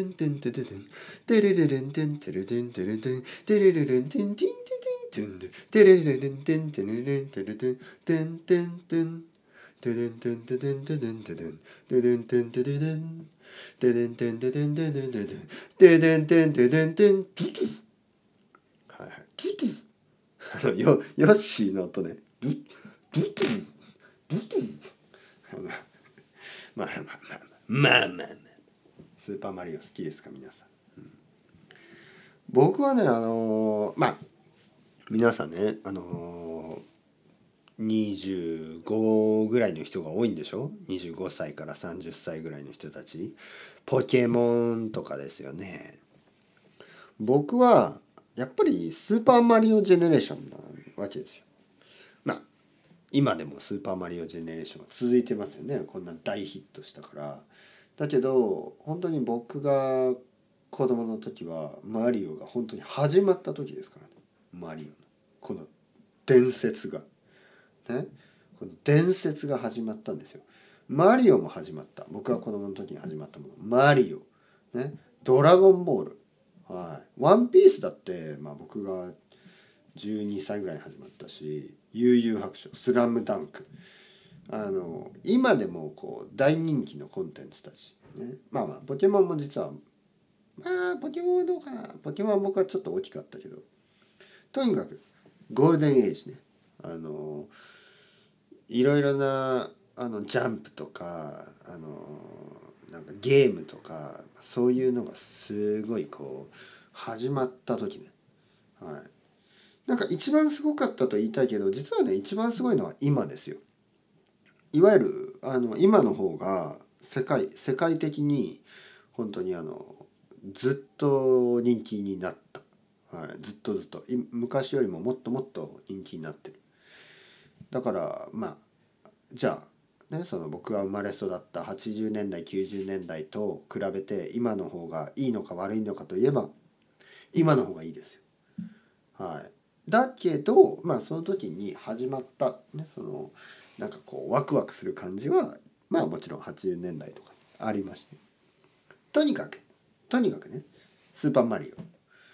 テンテンテテテンテレレレンテンテレテンテレテンテレレレンテンテンテンテンテレレレンテンテレレンテレテンテンテンテンテレンテンテテンテテンテテンテレンテンテテテンテレンテンテテンテテンテテンテレンテンテテンテントゥトゥ。はいはい、トゥトゥ。ヨッシーの音ね。トゥトゥトゥトゥトゥ。まあスーパーマリオ好きですか皆さん。僕はね皆さんね25ぐらいの人が多いんでしょ。25歳から30歳ぐらいの人たち。ポケモンとかですよね。僕はやっぱりスーパーマリオジェネレーションなわけですよ。今でもスーパーマリオジェネレーションが続いてますよね。こんな大ヒットしたから。だけど本当に僕が子供の時はマリオが本当に始まった時ですからね。マリオのこの伝説がね、この伝説が始まったんですよ。マリオも始まった。僕が子供の時に始まったもの。マリオね、ドラゴンボール、はい、ワンピースだって、僕が12歳ぐらいに始まったし、悠々白書、スラムダンク、今でもこう大人気のコンテンツたち、ね、ポケモンも実はポケモンはどうかな。ポケモンは僕はちょっと大きかったけど、とにかくゴールデンエイジね、いろいろなジャンプとかなんかゲームとかそういうのがすごいこう始まった時ね、はい、なんか一番すごかったと言いたいけど、実はね一番すごいのは今ですよ。いわゆる今の方が世界的に本当にずっと人気になった、はい、ずっと昔よりももっともっと人気になってる。だからじゃあね、その僕が生まれ育った80年代90年代と比べて今の方がいいのか悪いのかといえば今の方がいいですよ。はい、だけどその時に始まったね、そのなんかこうワクワクする感じはもちろん80年代とかありまして、とにかくねスーパーマリ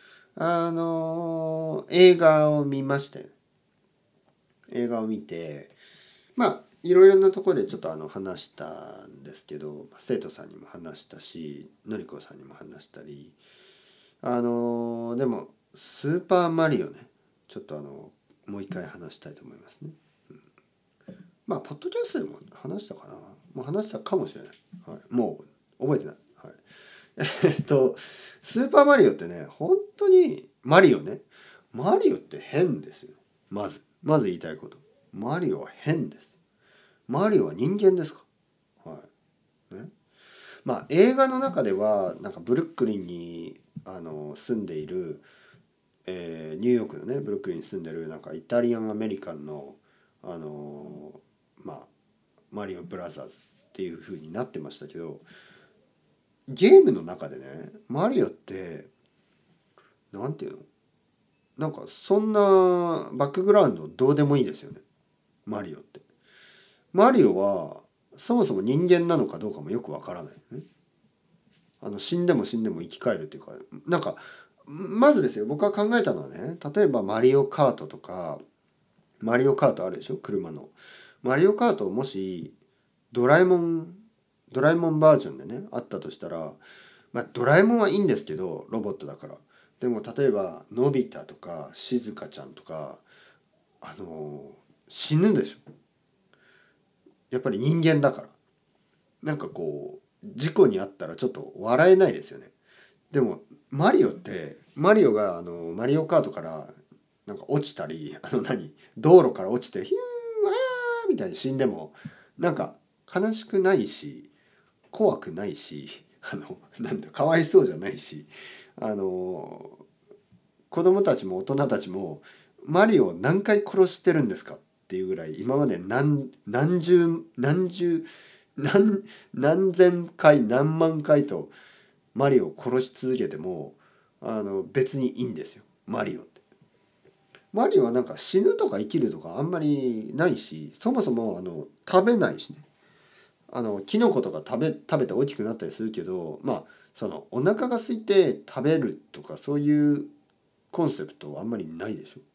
オ映画を見ましたよ。映画を見ていろいろなところでちょっと話したんですけど、生徒さんにも話したしのりこさんにも話したり、でもスーパーマリオねちょっともう一回話したいと思いますね。ポッドキャストでも話したかな。もう話したかもしれない、はい、もう覚えてない、はい、スーパーマリオってね本当にマリオって変ですよ。まず言いたいこと、マリオは変です。マリオは人間ですか、はいね。映画の中ではなんかブルックリンに住んでいる、ニューヨークのねブルックリンに住んでるなんかイタリアンアメリカンのマリオブラザーズっていう風になってましたけど、ゲームの中でねマリオってなんていうの、なんかそんなバックグラウンドどうでもいいですよね。マリオってマリオはそもそも人間なのかどうかもよくわからないね。死んでも生き返るっていうか、なんかまずですよ、僕が考えたのはね、例えばマリオカートとか、マリオカートあるでしょ、車の。マリオカートをもしドラえもんバージョンでねあったとしたら、ドラえもんはいいんですけどロボットだから。でも例えばのび太とかしずかちゃんとか死ぬでしょ。やっぱり人間だから。なんかこう事故にあったらちょっと笑えないですよね。でもマリオがマリオカートからなんか落ちたり道路から落ちてヒューワーみたいに死んでもなんか悲しくないし怖くないしかわいそうじゃないし、子供たちも大人たちもマリオを何回殺してるんですかっっていうぐらい今まで何千回何万回とマリオを殺し続けても別にいいんですよマリオって。マリオはなんか死ぬとか生きるとかあんまりないし、そもそも食べないしね。キノコとか食べて大きくなったりするけど、まあそのお腹が空いて食べるとかそういうコンセプトはあんまりないでしょ。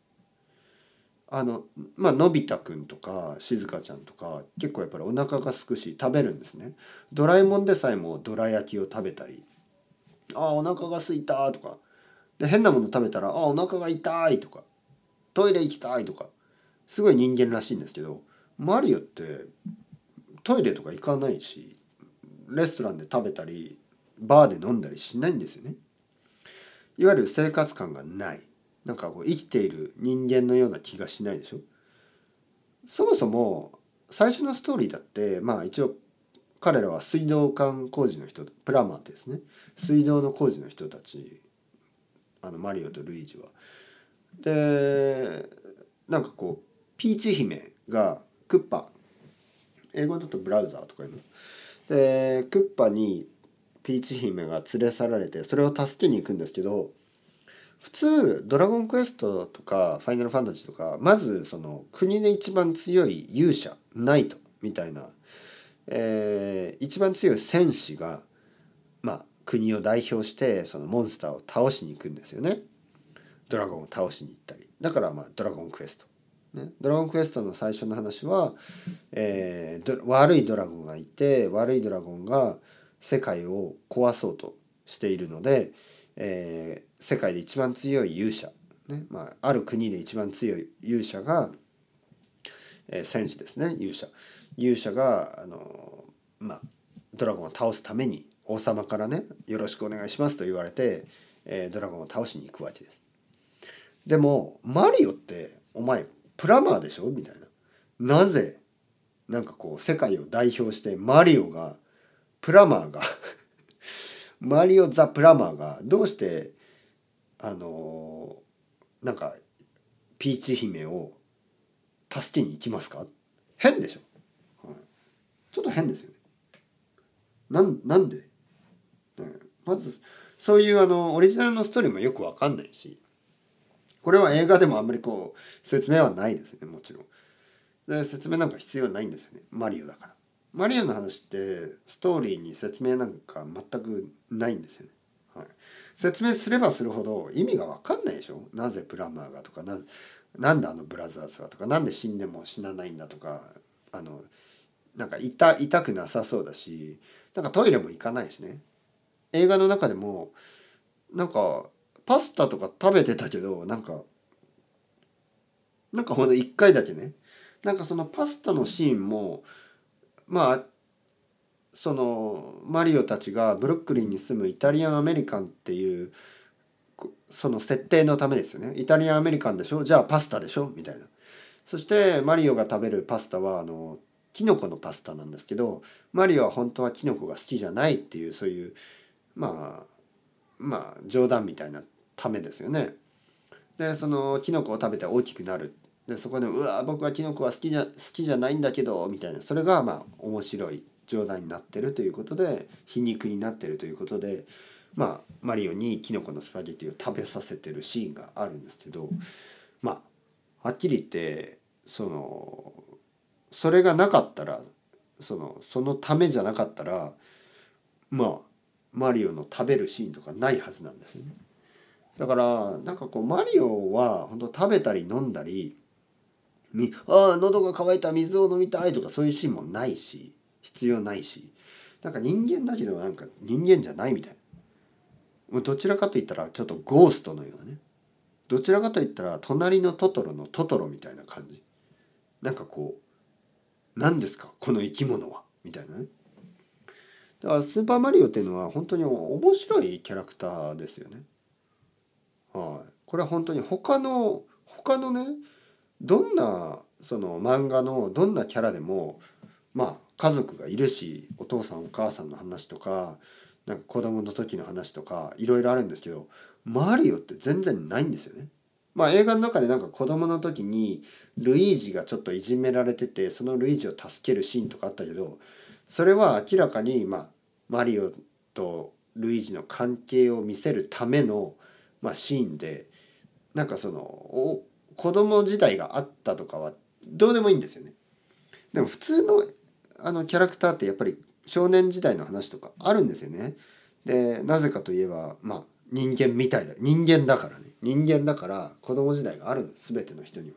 まあのび太くんとかしずかちゃんとか結構やっぱりお腹が空くし食べるんですね。ドラえもんでさえもどら焼きを食べたり、お腹が空いたとか、で変なもの食べたらお腹が痛いとか、トイレ行きたいとか、すごい人間らしいんですけど、マリオってトイレとか行かないし、レストランで食べたりバーで飲んだりしないんですよね。いわゆる生活感がない、なんかこう生きている人間のような気がしないでしょ。そもそも最初のストーリーだってまあ一応彼らは水道管工事の人、プラマーってですね、水道の工事の人たち、マリオとルイージは。でなんかこうピーチ姫がクッパ、英語だとブラウザーとかいうので、クッパにピーチ姫が連れ去られてそれを助けに行くんですけど、普通ドラゴンクエストとかファイナルファンタジーとかまずその国で一番強い勇者ナイトみたいな、一番強い戦士がまあ国を代表してそのモンスターを倒しに行くんですよね。ドラゴンを倒しに行ったり、だからまあドラゴンクエスト、ね、ドラゴンクエストの最初の話は、悪いドラゴンがいて、悪いドラゴンが世界を壊そうとしているので、世界で一番強い勇者、ね、まあ、ある国で一番強い勇者が、戦士ですね、勇者がまあ、ドラゴンを倒すために王様からねよろしくお願いしますと言われて、ドラゴンを倒しに行くわけです。でもマリオってお前プラマーでしょみたいな。なぜなんかこう世界を代表してマリオがプラマーがマリオ・ザ・プラマーがどうしてなんかピーチ姫を助けに行きますか。変でしょ、はい、ちょっと変ですよね。なんで、まずそういうオリジナルのストーリーもよくわかんないし、これは映画でもあんまりこう説明はないですね。もちろんで説明なんか必要ないんですよね、マリオだから。マリオの話ってストーリーに説明なんか全くないんですよね、はい、説明すればするほど意味が分かんないでしょ。なぜプラマーがとか、なんでブラザーズがとか、なんで死んでも死なないんだとか、なんか痛くなさそうだし、なんかトイレも行かないしね。映画の中でもなんかパスタとか食べてたけど、なんかほんと一回だけね、なんかそのパスタのシーンもまあそのマリオたちがブルックリンに住むイタリアンアメリカンっていうその設定のためですよね。イタリアンアメリカンでしょ、じゃあパスタでしょみたいな。そしてマリオが食べるパスタはキノコのパスタなんですけど、マリオは本当はキノコが好きじゃないっていう、そういうまあ冗談みたいなためですよね。でそのキノコを食べて大きくなる。でそこで僕はキノコは好きじゃないんだけどみたいな、それがまあ面白い冗談になってるということで、皮肉になってるということで、まあマリオにキノコのスパゲティを食べさせてるシーンがあるんですけど、まあはっきり言ってそれがなかったら、そのためじゃなかったら、まあマリオの食べるシーンとかないはずなんですよね。だからなんかこうマリオは本当食べたり飲んだり喉が渇いた水を飲みたいとかそういうシーンもないし、必要ないし、なんか人間だけどなんか人間じゃないみたいな。もうどちらかといったらちょっとゴーストのようなね。どちらかといったら隣のトトロのトトロみたいな感じ。なんかこう何ですかこの生き物はみたいなね。だからスーパーマリオっていうのは本当に面白いキャラクターですよね。はい。これは本当に他のね、どんなその漫画のどんなキャラでもまあ家族がいるし、お父さんお母さんの話とか、なんか子供の時の話とかいろいろあるんですけど、マリオって全然ないんですよね。 まあ映画の中でなんか子供の時にルイージがちょっといじめられてて、そのルイージを助けるシーンとかあったけど、それは明らかにマリオとルイージの関係を見せるためのシーンで、なんかその子供時代があったとかはどうでもいいんですよね。でも普通のキャラクターってやっぱり少年時代の話とかあるんですよね。でなぜかといえば人間みたいだ、人間だからね、人間だから子供時代があるんです、全ての人には。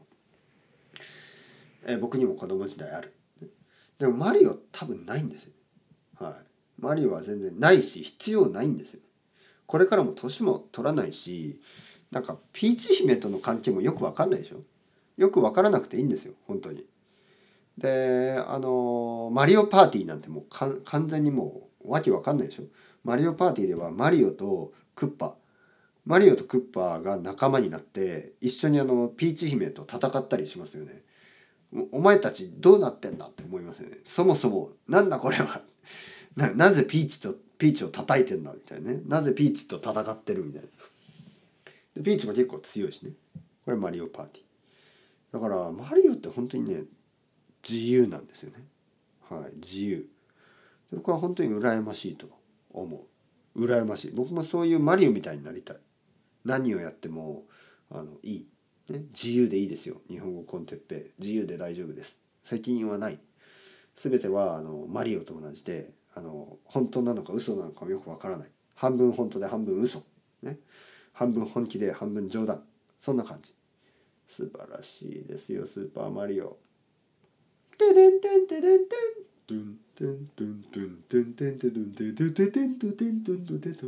僕にも子供時代ある。でもマリオ多分ないんですよ。はい。マリオは全然ないし必要ないんですよ。これからも年も取らないし、なんかピーチ姫との関係もよく分かんないでしょ。よく分からなくていいんですよ本当に。でマリオパーティーなんてもう完全にもうわけ分かんないでしょ。マリオパーティーではマリオとクッパが仲間になって一緒にピーチ姫と戦ったりしますよね。お前たちどうなってんだって思いますよね。そもそもなんだこれはなぜピーチを叩いてんだみたいなね。なぜピーチと戦ってるみたいな。でピーチも結構強いしね。これマリオパーティー。だからマリオって本当にね自由なんですよね。はい、自由。僕は本当に羨ましいと思う。羨ましい。僕もそういうマリオみたいになりたい。何をやってもいい、ね、自由でいいですよ。日本語コンテッペイ自由で大丈夫です。責任はない。全てはマリオと同じで本当なのか嘘なのかもよくわからない。半分本当で半分嘘、ね、半分本気で半分冗談、そんな感じ。素晴らしいですよスーパーマリオ。テレンテンテレンテントゥントゥントゥントゥントゥンテンテトゥンテントゥテテントゥテントゥントゥテトゥ。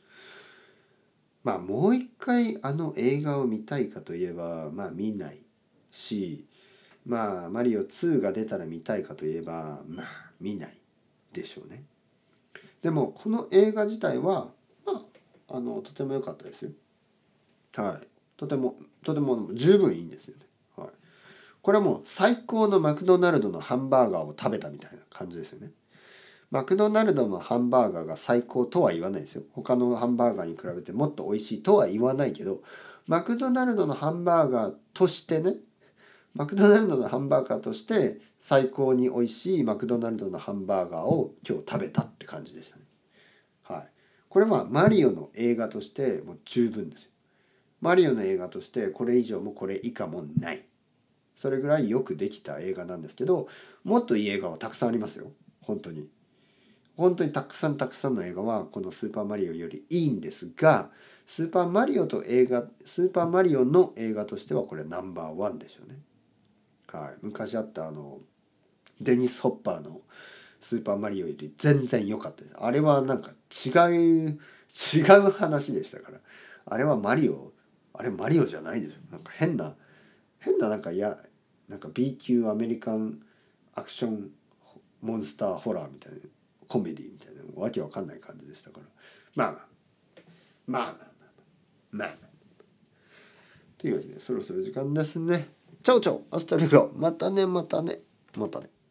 もう一回映画を見たいかといえば見ないし、マリオ2が出たら見たいかといえば見ないでしょうね。でもこの映画自体はとても良かったですよ。はい。とても十分いいんですよね。はい。これはもう最高のマクドナルドのハンバーガーを食べたみたいな感じですよね。マクドナルドのハンバーガーが最高とは言わないですよ。他のハンバーガーに比べてもっと美味しいとは言わないけど、マクドナルドのハンバーガーとしてね、マクドナルドのハンバーガーとして最高に美味しいマクドナルドのハンバーガーを今日食べたって感じでしたね。はい。これはマリオの映画としてもう十分ですよ。マリオの映画としてこれ以上もこれ以下もない。それぐらいよくできた映画なんですけど、もっといい映画はたくさんありますよ。本当に。本当にたくさんの映画はこのスーパーマリオよりいいんですが、スーパーマリオの映画としてはこれナンバーワンでしょうね。はい。昔あったデニス・ホッパーのスーパーマリオより全然良かったです。あれはなんか違う話でしたから。あれはマリオじゃないでしょ。なんか変ななんか B 級アメリカンアクションモンスターホラーみたいなコメディみたいなわけわかんない感じでしたから。まあまあまあまあまあまあというわけでそろそろ時間ですね。チャオチャオアスタルゴ、またね。